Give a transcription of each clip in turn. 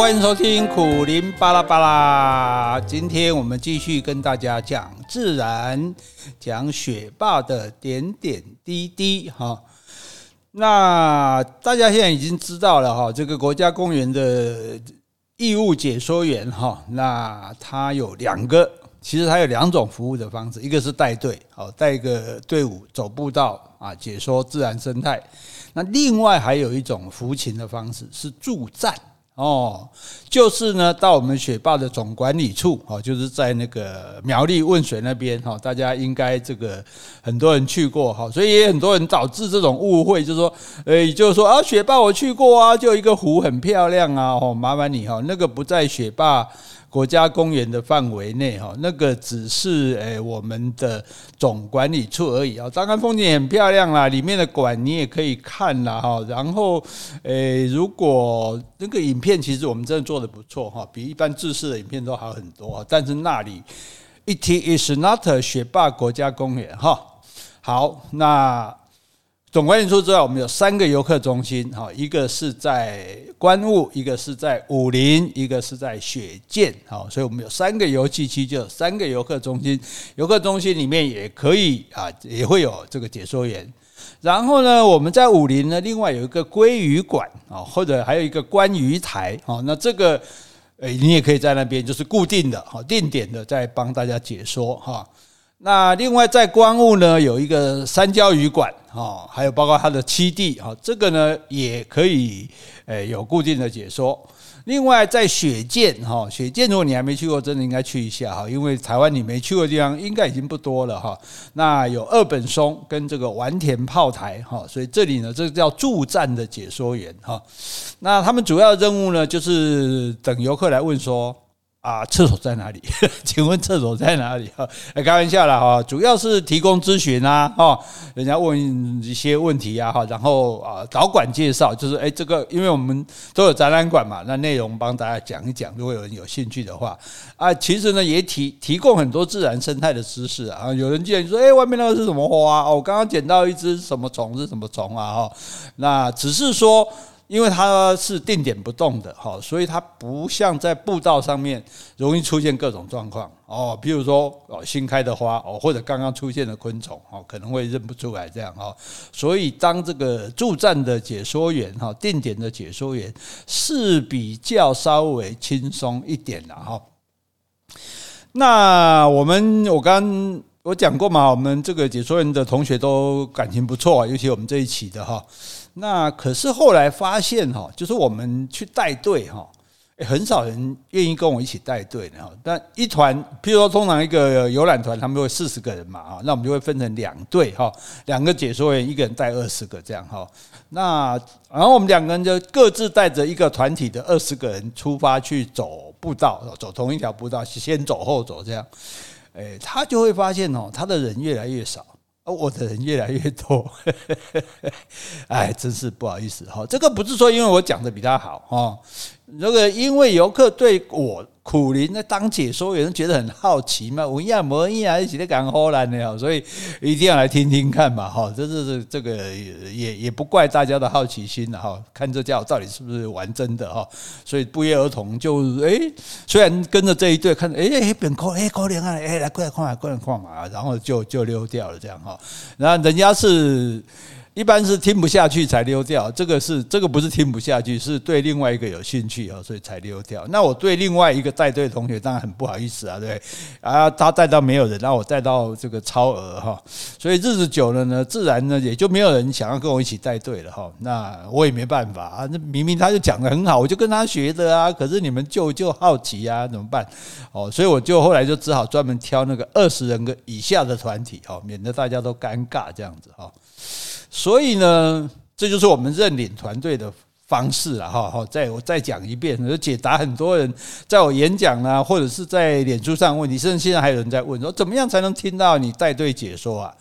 欢迎收听苦苓巴拉巴拉。今天我们继续跟大家讲自然，讲雪霸的点点滴滴哈。那大家现在已经知道了哈，这个国家公园的义务解说员哈，那它有两个，其实它有两种服务的方式，一个是带队，带一个队伍走步道啊，解说自然生态。那另外还有一种服勤的方式是驻站。就是呢，到我们雪霸的总管理处，就是在那个苗栗汶水那边，大家应该这个很多人去过，所以也很多人导致这种误会，就是说啊，雪霸我去过啊，就一个湖很漂亮啊，麻烦你那个不在雪霸国家公园的范围内，那个只是我们的总管理处而已。当然风景很漂亮啦，里面的馆你也可以看啦，然后如果那个影片其实我们真的做得不错，比一般制式的影片都好很多，但是那里 It is not a 雪霸国家公园。好，那总管理处之外，我们有3个游客中心，一个是在观雾，一个是在武陵，一个是在雪见，所以我们有3个游憩区，就有3个游客中心。游客中心里面也可以也会有这个解说员。然后呢，我们在武陵呢，另外有一个鲑鱼馆，或者还有一个观鱼台，那这个你也可以在那边就是固定的定点的在帮大家解说哈。那另外在观雾呢，有一个三椒鱼馆，还有包括它的栖地，这个呢也可以有固定的解说。另外在雪见，雪见如果你还没去过，真的应该去一下，因为台湾你没去过的地方应该已经不多了。那有二本松跟这个丸田炮台，所以这里呢，这个叫驻站的解说员。那他们主要的任务呢，就是等游客来问说厕所在哪里？请问厕所在哪里？开玩笑啦，主要是提供咨询人家问一些问题然后导管介绍，就是这个因为我们都有展览馆嘛，那内容帮大家讲一讲，如果有人有兴趣的话其实呢也提供很多自然生态的知识有人建议说外面那个是什么花我刚刚捡到一只什么虫是什么虫那只是说因为它是定点不动的，所以它不像在步道上面容易出现各种状况比如说新开的花或者刚刚出现的昆虫可能会认不出来这样所以当这个驻站的解说员定点的解说员是比较稍微轻松一点啦那我讲过嘛，我们这个解说员的同学都感情不错尤其我们这一期的那可是后来发现就是我们去带队很少人愿意跟我一起带队的但一团譬如说通常一个游览团他们会40个人嘛那我们就会分成2队2个解说员，一个人带20个这样那然后我们2个人就各自带着一个团体的20个人出发去走步道，走同一条步道，先走后走这样他就会发现他的人越来越少我的人越来越多真是不好意思这个不是说因为我讲的比他好这个因为游客对我苦苓在当解说员觉得很好奇嘛，有影没影一起在讲荷兰的所以一定要来听听看嘛这个也不怪大家的好奇心看这家伙到底是不是玩真的所以不约而同就虽然跟着这一队看变可怜来过来看嘛然后就溜掉了这样然后人家是一般是听不下去才溜掉，这个不是听不下去，是对另外一个有兴趣所以才溜掉。那我对另外一个带队的同学当然很不好意思对他带到没有人，然后我带到这个超额所以日子久了呢，自然呢也就没有人想要跟我一起带队了那我也没办法那明明他就讲得很好，我就跟他学的可是你们就好奇怎么办所以我就后来就只好专门挑那个20人以下的团体免得大家都尴尬这样子所以呢，这就是我们认领团队的方式我再讲一遍，就解答很多人在我演讲或者是在脸书上问题，甚至现在还有人在问说怎么样才能听到你带队解说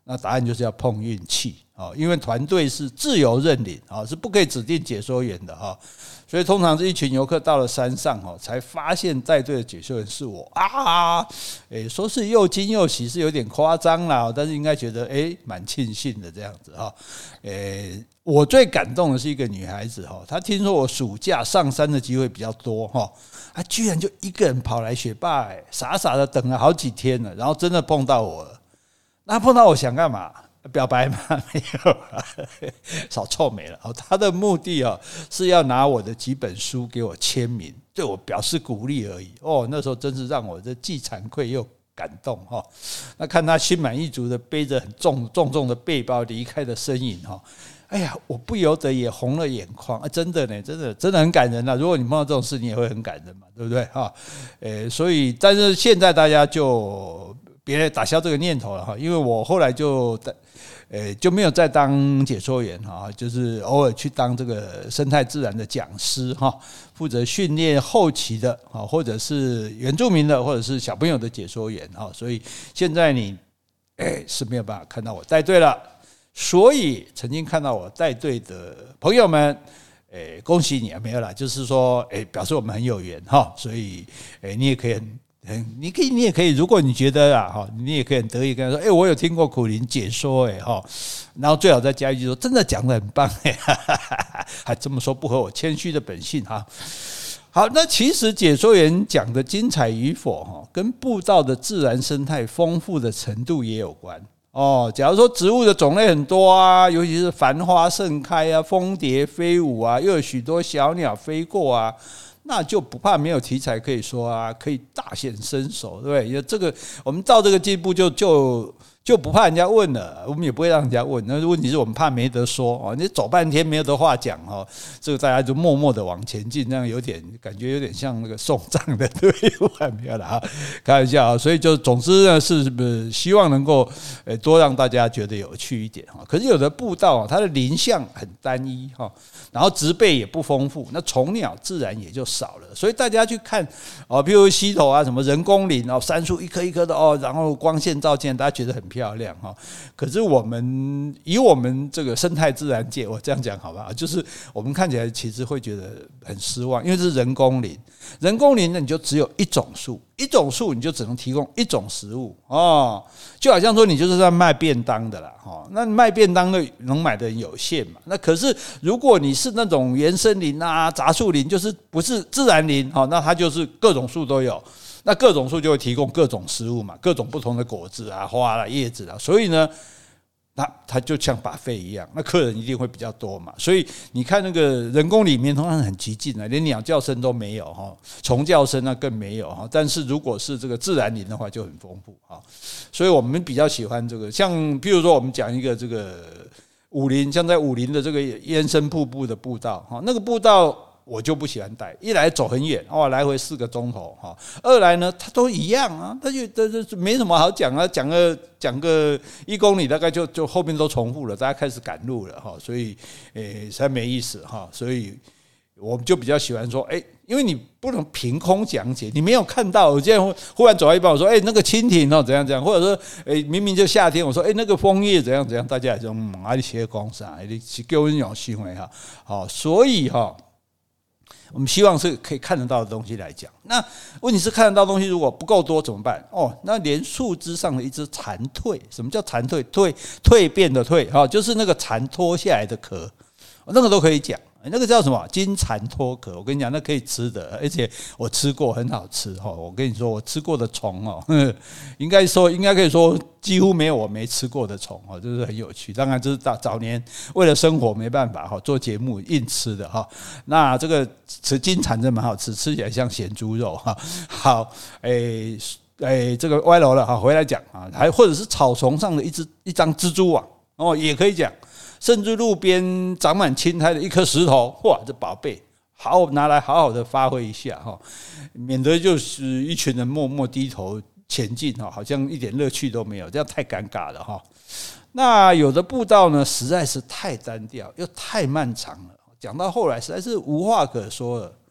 那答案就是要碰运气因为团队是自由认领是不可以指定解说员的所以通常是一群游客到了山上才发现带队的解说员是我说是又惊又喜是有点夸张啦，但是应该觉得蛮庆幸的这样子我最感动的是一个女孩子她听说我暑假上山的机会比较多她居然就一个人跑来雪霸傻傻的等了好几天了，然后真的碰到我了。那碰到我想干嘛？表白吗？没有少臭美了他的目的是要拿我的几本书给我签名，对我表示鼓励而已那时候真是让我这既惭愧又感动那看他心满意足的背着很重的背包离开的身影哎呀，我不由得也红了眼眶真的呢，真的很感人如果你碰到这种事，你也会很感人嘛，对不对所以但是现在大家就别打消这个念头了因为我后来就没有再当解说员就是偶尔去当这个生态自然的讲师负责训练后期的或者是原住民的或者是小朋友的解说员所以现在你是没有办法看到我带队了。所以曾经看到我带队的朋友们恭喜你没有啦，就是说表示我们很有缘所以你也可以你也可以，如果你觉得你也可以很得意跟他说我有听过苦苓解说然后最好再加一句说真的讲得很棒还这么说不合我谦虚的本性好，那其实解说员讲的精彩与否跟步道的自然生态丰富的程度也有关假如说植物的种类很多尤其是繁花盛开蜂蝶飞舞又有许多小鸟飞过那就不怕没有题材可以说可以大显身手，对不对？这个我们到这个地步就不怕人家问了，我们也不会让人家问。那问题是我们怕没得说你走半天没有得话讲这个大家就默默的往前进，那样有点感觉有点像那个送葬的队伍没有了开玩笑所以就总之呢是希望能够多让大家觉得有趣一点可是有的步道它的林相很单一然后植被也不丰富，那虫鸟自然也就少了，所以大家去看譬如溪头什么人工林杉树一棵一棵的然后光线照进来，大家觉得很漂亮可是以我们这个生态自然界，我这样讲好吧，就是我们看起来其实会觉得很失望，因为这是人工林，人工林呢你就只有一种树你就只能提供一种食物就好像说你就是在卖便当的啦那卖便当的能买的人有限嘛，那可是如果你是那种原生林杂树林，就是不是自然林那它就是各种树都有，那各种树就会提供各种食物嘛，各种不同的果子花叶子所以呢那它就像buffet一样，那客人一定会比较多嘛，所以你看那个人工里面通常很寂静连鸟叫声都没有虫叫声那更没有但是如果是这个自然林的话就很丰富所以我们比较喜欢这个，像譬如说我们讲一个这个武林，像在武林的这个燕声瀑布的步道那个步道我就不喜欢带，一来走很远来回4个钟头二来呢它都一样它就没什么好讲讲个1公里大概就后面都重复了，大家开始赶路了所以实在没意思所以我们就比较喜欢说因为你不能凭空讲解，你没有看到，我今天忽然走到一半我说那个蜻蜓怎样怎样，或者说明明就夏天我说那个枫叶怎样怎样，大家也说你写讲啥，你是给我用行为所以我们希望是可以看得到的东西来讲。那问题是看得到的东西如果不够多怎么办？那连树枝上的一只蝉蜕，什么叫蝉蜕？蜕变的蜕就是那个蝉脱下来的壳，那个都可以讲。那个叫什么金蝉脱壳，我跟你讲那可以吃的，而且我吃过很好吃我跟你说我吃过的虫应该可以说几乎没有我没吃过的虫就是很有趣。当然这是早年为了生活没办法做节目硬吃的那这个吃金蝉真蛮好吃，吃起来像咸猪肉好这个歪楼了回来讲还或者是草丛上的一张蜘蛛网也可以讲，甚至路边长满青苔的一颗石头，哇，这宝贝，拿来好好的发挥一下免得就是一群人默默低头前进好像一点乐趣都没有，这样太尴尬了那有的步道呢，实在是太单调又太漫长了，讲到后来实在是无话可说了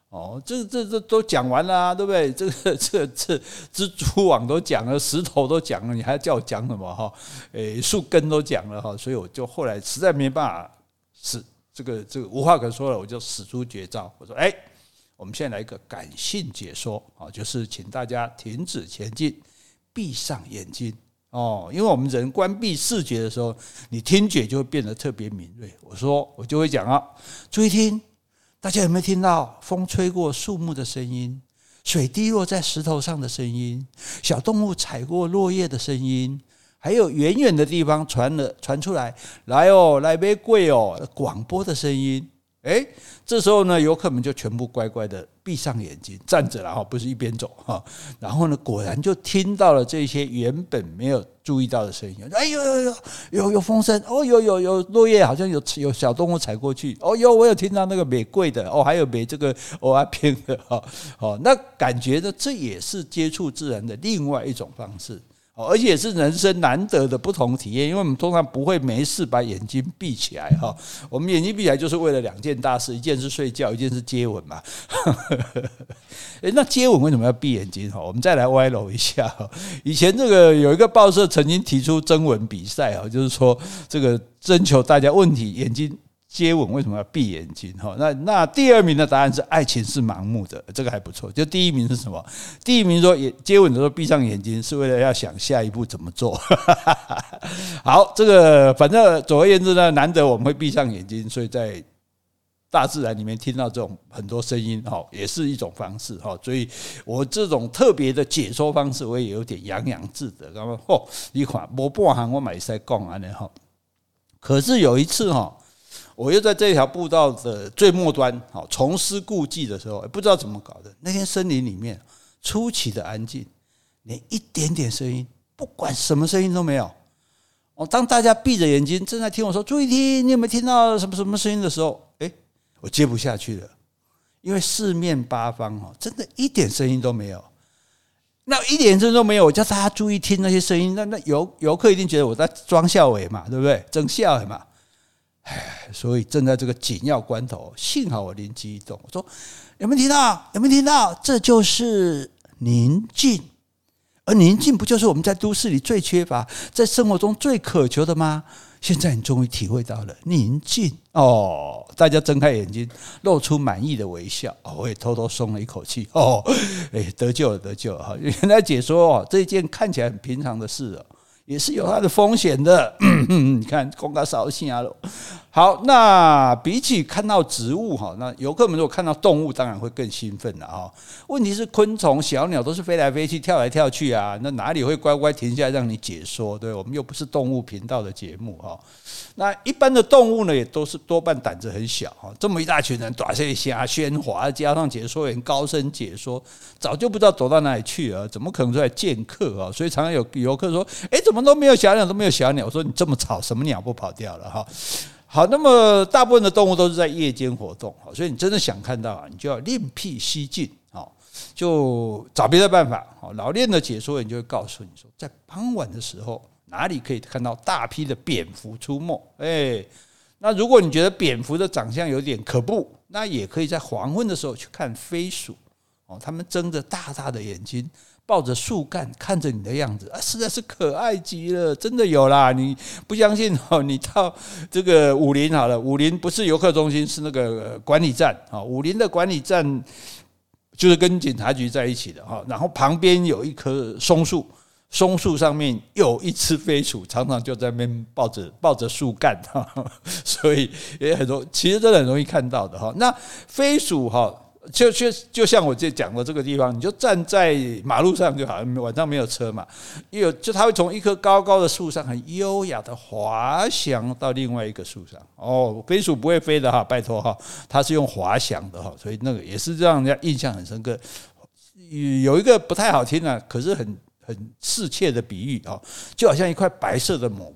这都讲完了啊，对不对？这蜘蛛网都讲了，石头都讲了，你还叫我讲什么哈？树根都讲了哈，所以我就后来实在没办法，这个无话可说了，我就使出绝招，我说我们现在来一个感性解说啊，就是请大家停止前进，闭上眼睛因为我们人关闭视觉的时候，你听觉就会变得特别敏锐。我就会讲啊，注意听。大家有没有听到风吹过树木的声音，水滴落在石头上的声音，小动物踩过落叶的声音，还有远远的地方传出来来买粿广播的声音。这时候呢，游客们就全部乖乖的闭上眼睛，站着了不是一边走然后呢，果然就听到了这些原本没有注意到的声音。有风声有落叶，好像有小动物踩过去我有听到那个美贵的还有美这个蚵仔片的那感觉呢，这也是接触自然的另外一种方式。而且是人生难得的不同体验，因为我们通常不会没事把眼睛闭起来我们眼睛闭起来就是为了2件大事，一件是睡觉，一件是接吻嘛那接吻为什么要闭眼睛我们再来歪楼一下以前这个有一个报社曾经提出征文比赛就是说这个征求大家问题，眼睛接吻为什么要闭眼睛那第2名的答案是爱情是盲目的，这个还不错。就第1名是什么？第1名说接吻的时候闭上眼睛是为了要想下一步怎么做好，这个反正总而言之呢，难得我们会闭上眼睛，所以在大自然里面听到这种很多声音也是一种方式所以我这种特别的解说方式我也有点洋洋自得。然后你看没半行我也可以讲这样可是有一次我又在这条步道的最末端重施故技的时候，不知道怎么搞的，那天森林里面出奇的安静，连一点点声音，不管什么声音都没有当大家闭着眼睛正在听我说注意听，你有没有听到什么什么声音的时候，我接不下去了，因为四面八方真的一点声音都没有。那一点声音都没有，我叫大家注意听那些声音，那游客一定觉得我在装笑话嘛，对不对？真笑话嘛。所以正在这个紧要关头，幸好我灵机一动，我说有没有听到？有没有听到？这就是宁静，而宁静不就是我们在都市里最缺乏，在生活中最渴求的吗？现在你终于体会到了宁静大家睁开眼睛，露出满意的微笑我也偷偷松了一口气得救了原来解说这一件看起来很平常的事也是有它的风险的你看公告烧心了。好，那比起看到植物那游客们如果看到动物当然会更兴奋了问题是昆虫小鸟都是飞来飞去跳来跳去那哪里会乖乖停下来让你解说？对，我们又不是动物频道的节目那一般的动物呢也都是多半胆子很小这么一大群人大声下喧哗，加上解说员高声解说，早就不知道走到哪里去了，怎么可能出来见客所以常常有游客说怎么都没有小鸟，都没有小鸟。我说你这么吵，什么鸟不跑掉了好，那么大部分的动物都是在夜间活动所以你真的想看到你就要另辟蹊径就找别的办法老练的解说员就会告诉你说，在傍晚的时候哪里可以看到大批的蝙蝠出没那如果你觉得蝙蝠的长相有点可怖，那也可以在黄昏的时候去看飞鼠它们睁着大大的眼睛，抱着树干看着你的样子实在是可爱极了，真的有啦！你不相信你到这个武林好了，武林不是游客中心，是那个管理站武林的管理站就是跟警察局在一起的然后旁边有一棵松树，松树上面有一只飞鼠，常常就在那边抱着树干所以也很多，其实真的很容易看到的那飞鼠就像我这讲的这个地方，你就站在马路上就好，晚上没有车嘛，就它会从一棵高高的树上很优雅的滑翔到另外一个树上飞鼠不会飞的拜托它是用滑翔的所以那个也是让人家印象很深刻。有一个不太好听可是很适切的比喻就好像一块白色的抹布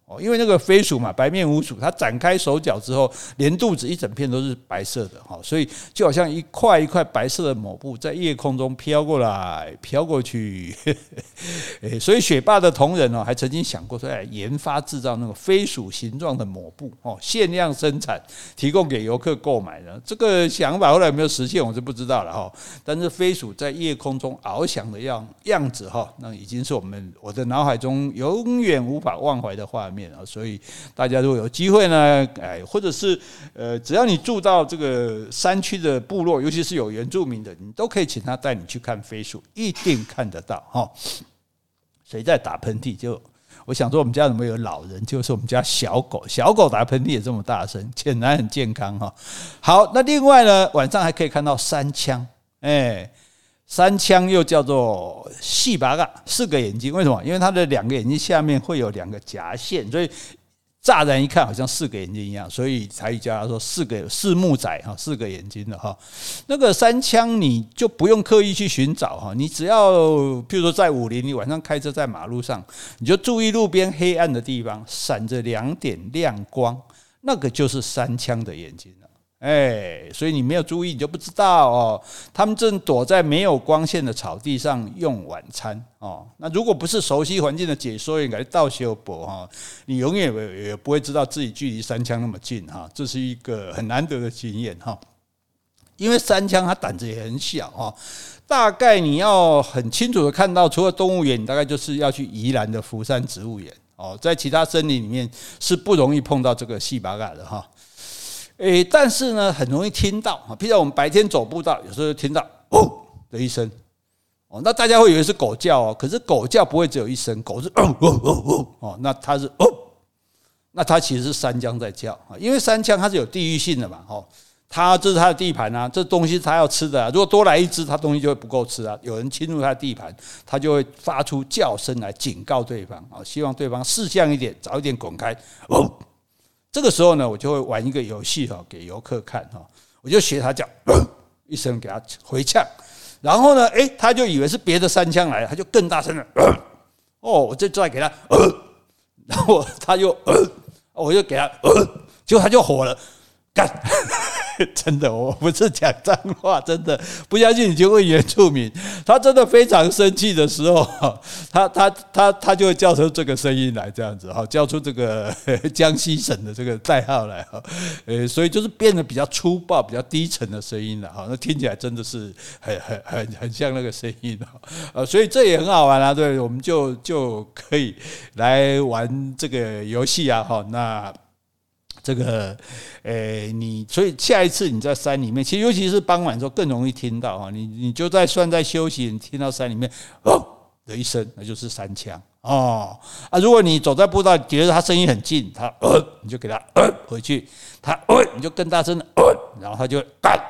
因为那个飞鼠嘛，白面鼯鼠，它展开手脚之后，连肚子一整片都是白色的，所以就好像一块一块白色的抹布在夜空中飘过来飘过去。所以雪霸的同仁还曾经想过说，研发制造那个飞鼠形状的抹布，限量生产，提供给游客购买的。这个想法后来有没有实现，我是不知道了。但是飞鼠在夜空中翱翔的样子，那已经是我的脑海中永远无法忘怀的画面。所以大家如果有机会呢，或者是只要你住到这个山区的部落，尤其是有原住民的，你都可以请他带你去看飞鼠，一定看得到。谁在打喷嚏？就我想说，我们家怎么有老人？就是我们家小狗打喷嚏也这么大声，显然很健康。好，那另外呢，晚上还可以看到山羌。山羌又叫做细巴嘎，4个眼睛，为什么？因为它的2个眼睛下面会有2个夹线，所以乍然一看好像4个眼睛一样，所以台语叫它说四目仔，4个眼睛的哈。那个山羌你就不用刻意去寻找哈，你只要譬如说在武林，你晚上开车在马路上，你就注意路边黑暗的地方闪着2点亮光，那个就是山羌的眼睛了。所以你没有注意，你就不知道他们正躲在没有光线的草地上用晚餐那如果不是熟悉环境的解说员给倒修博你永远也不会知道自己距离山羌那么近这是一个很难得的经验因为山羌它胆子也很小大概你要很清楚的看到，除了动物园，你大概就是要去宜兰的福山植物园在其他森林里面是不容易碰到这个细巴嘎的但是呢，很容易听到，譬如我们白天走步道，有时候听到的一声，那大家会以为是狗叫可是狗叫不会只有一声，狗是那它是那它其实是山羌在叫，因为山羌它是有地域性的嘛，这是它的地盘啊，这东西它要吃的如果多来一只，它东西就会不够吃有人侵入它的地盘，它就会发出叫声来警告对方希望对方识相一点，早一点滚开这个时候呢，我就会玩一个游戏给游客看我就学他叫一声给他回呛，然后呢，他就以为是别的山羌来了，他就更大声了我就再给他然后他就我就给他结果他就火了，干真的，我不是讲脏话，真的不相信你就问原住民，他真的非常生气的时候，他就会叫出这个声音来，这样子叫出这个江西省的这个代号来所以就是变得比较粗暴、比较低沉的声音了那听起来真的是很像那个声音所以这也很好玩啊，对，我们就可以来玩这个游戏那。这个，所以下一次你在山里面，其实尤其是傍晚的时候更容易听到你就算在休息，你听到山里面的一声，那就是山羌如果你走在步道，觉得它声音很近，它你就给它回去，它你就更大声的然后它就干，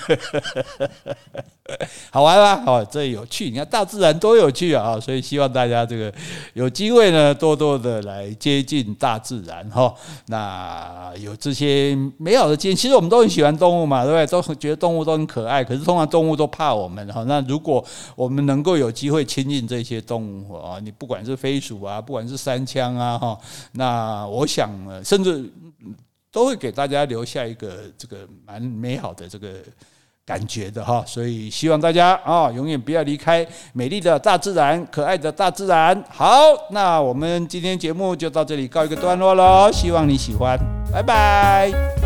好玩吧？这有趣，你看大自然多有趣所以希望大家这个有机会呢，多多的来接近大自然那有这些美好的经验，其实我们都很喜欢动物嘛，对不对？都觉得动物都很可爱，可是通常动物都怕我们那如果我们能够有机会亲近这些动物你不管是飞鼠不管是山羌那我想甚至都会给大家留下一个这个蛮美好的这个感觉的所以希望大家永远不要离开美丽的大自然，可爱的大自然。好，那我们今天节目就到这里告一个段落咯，希望你喜欢，拜拜。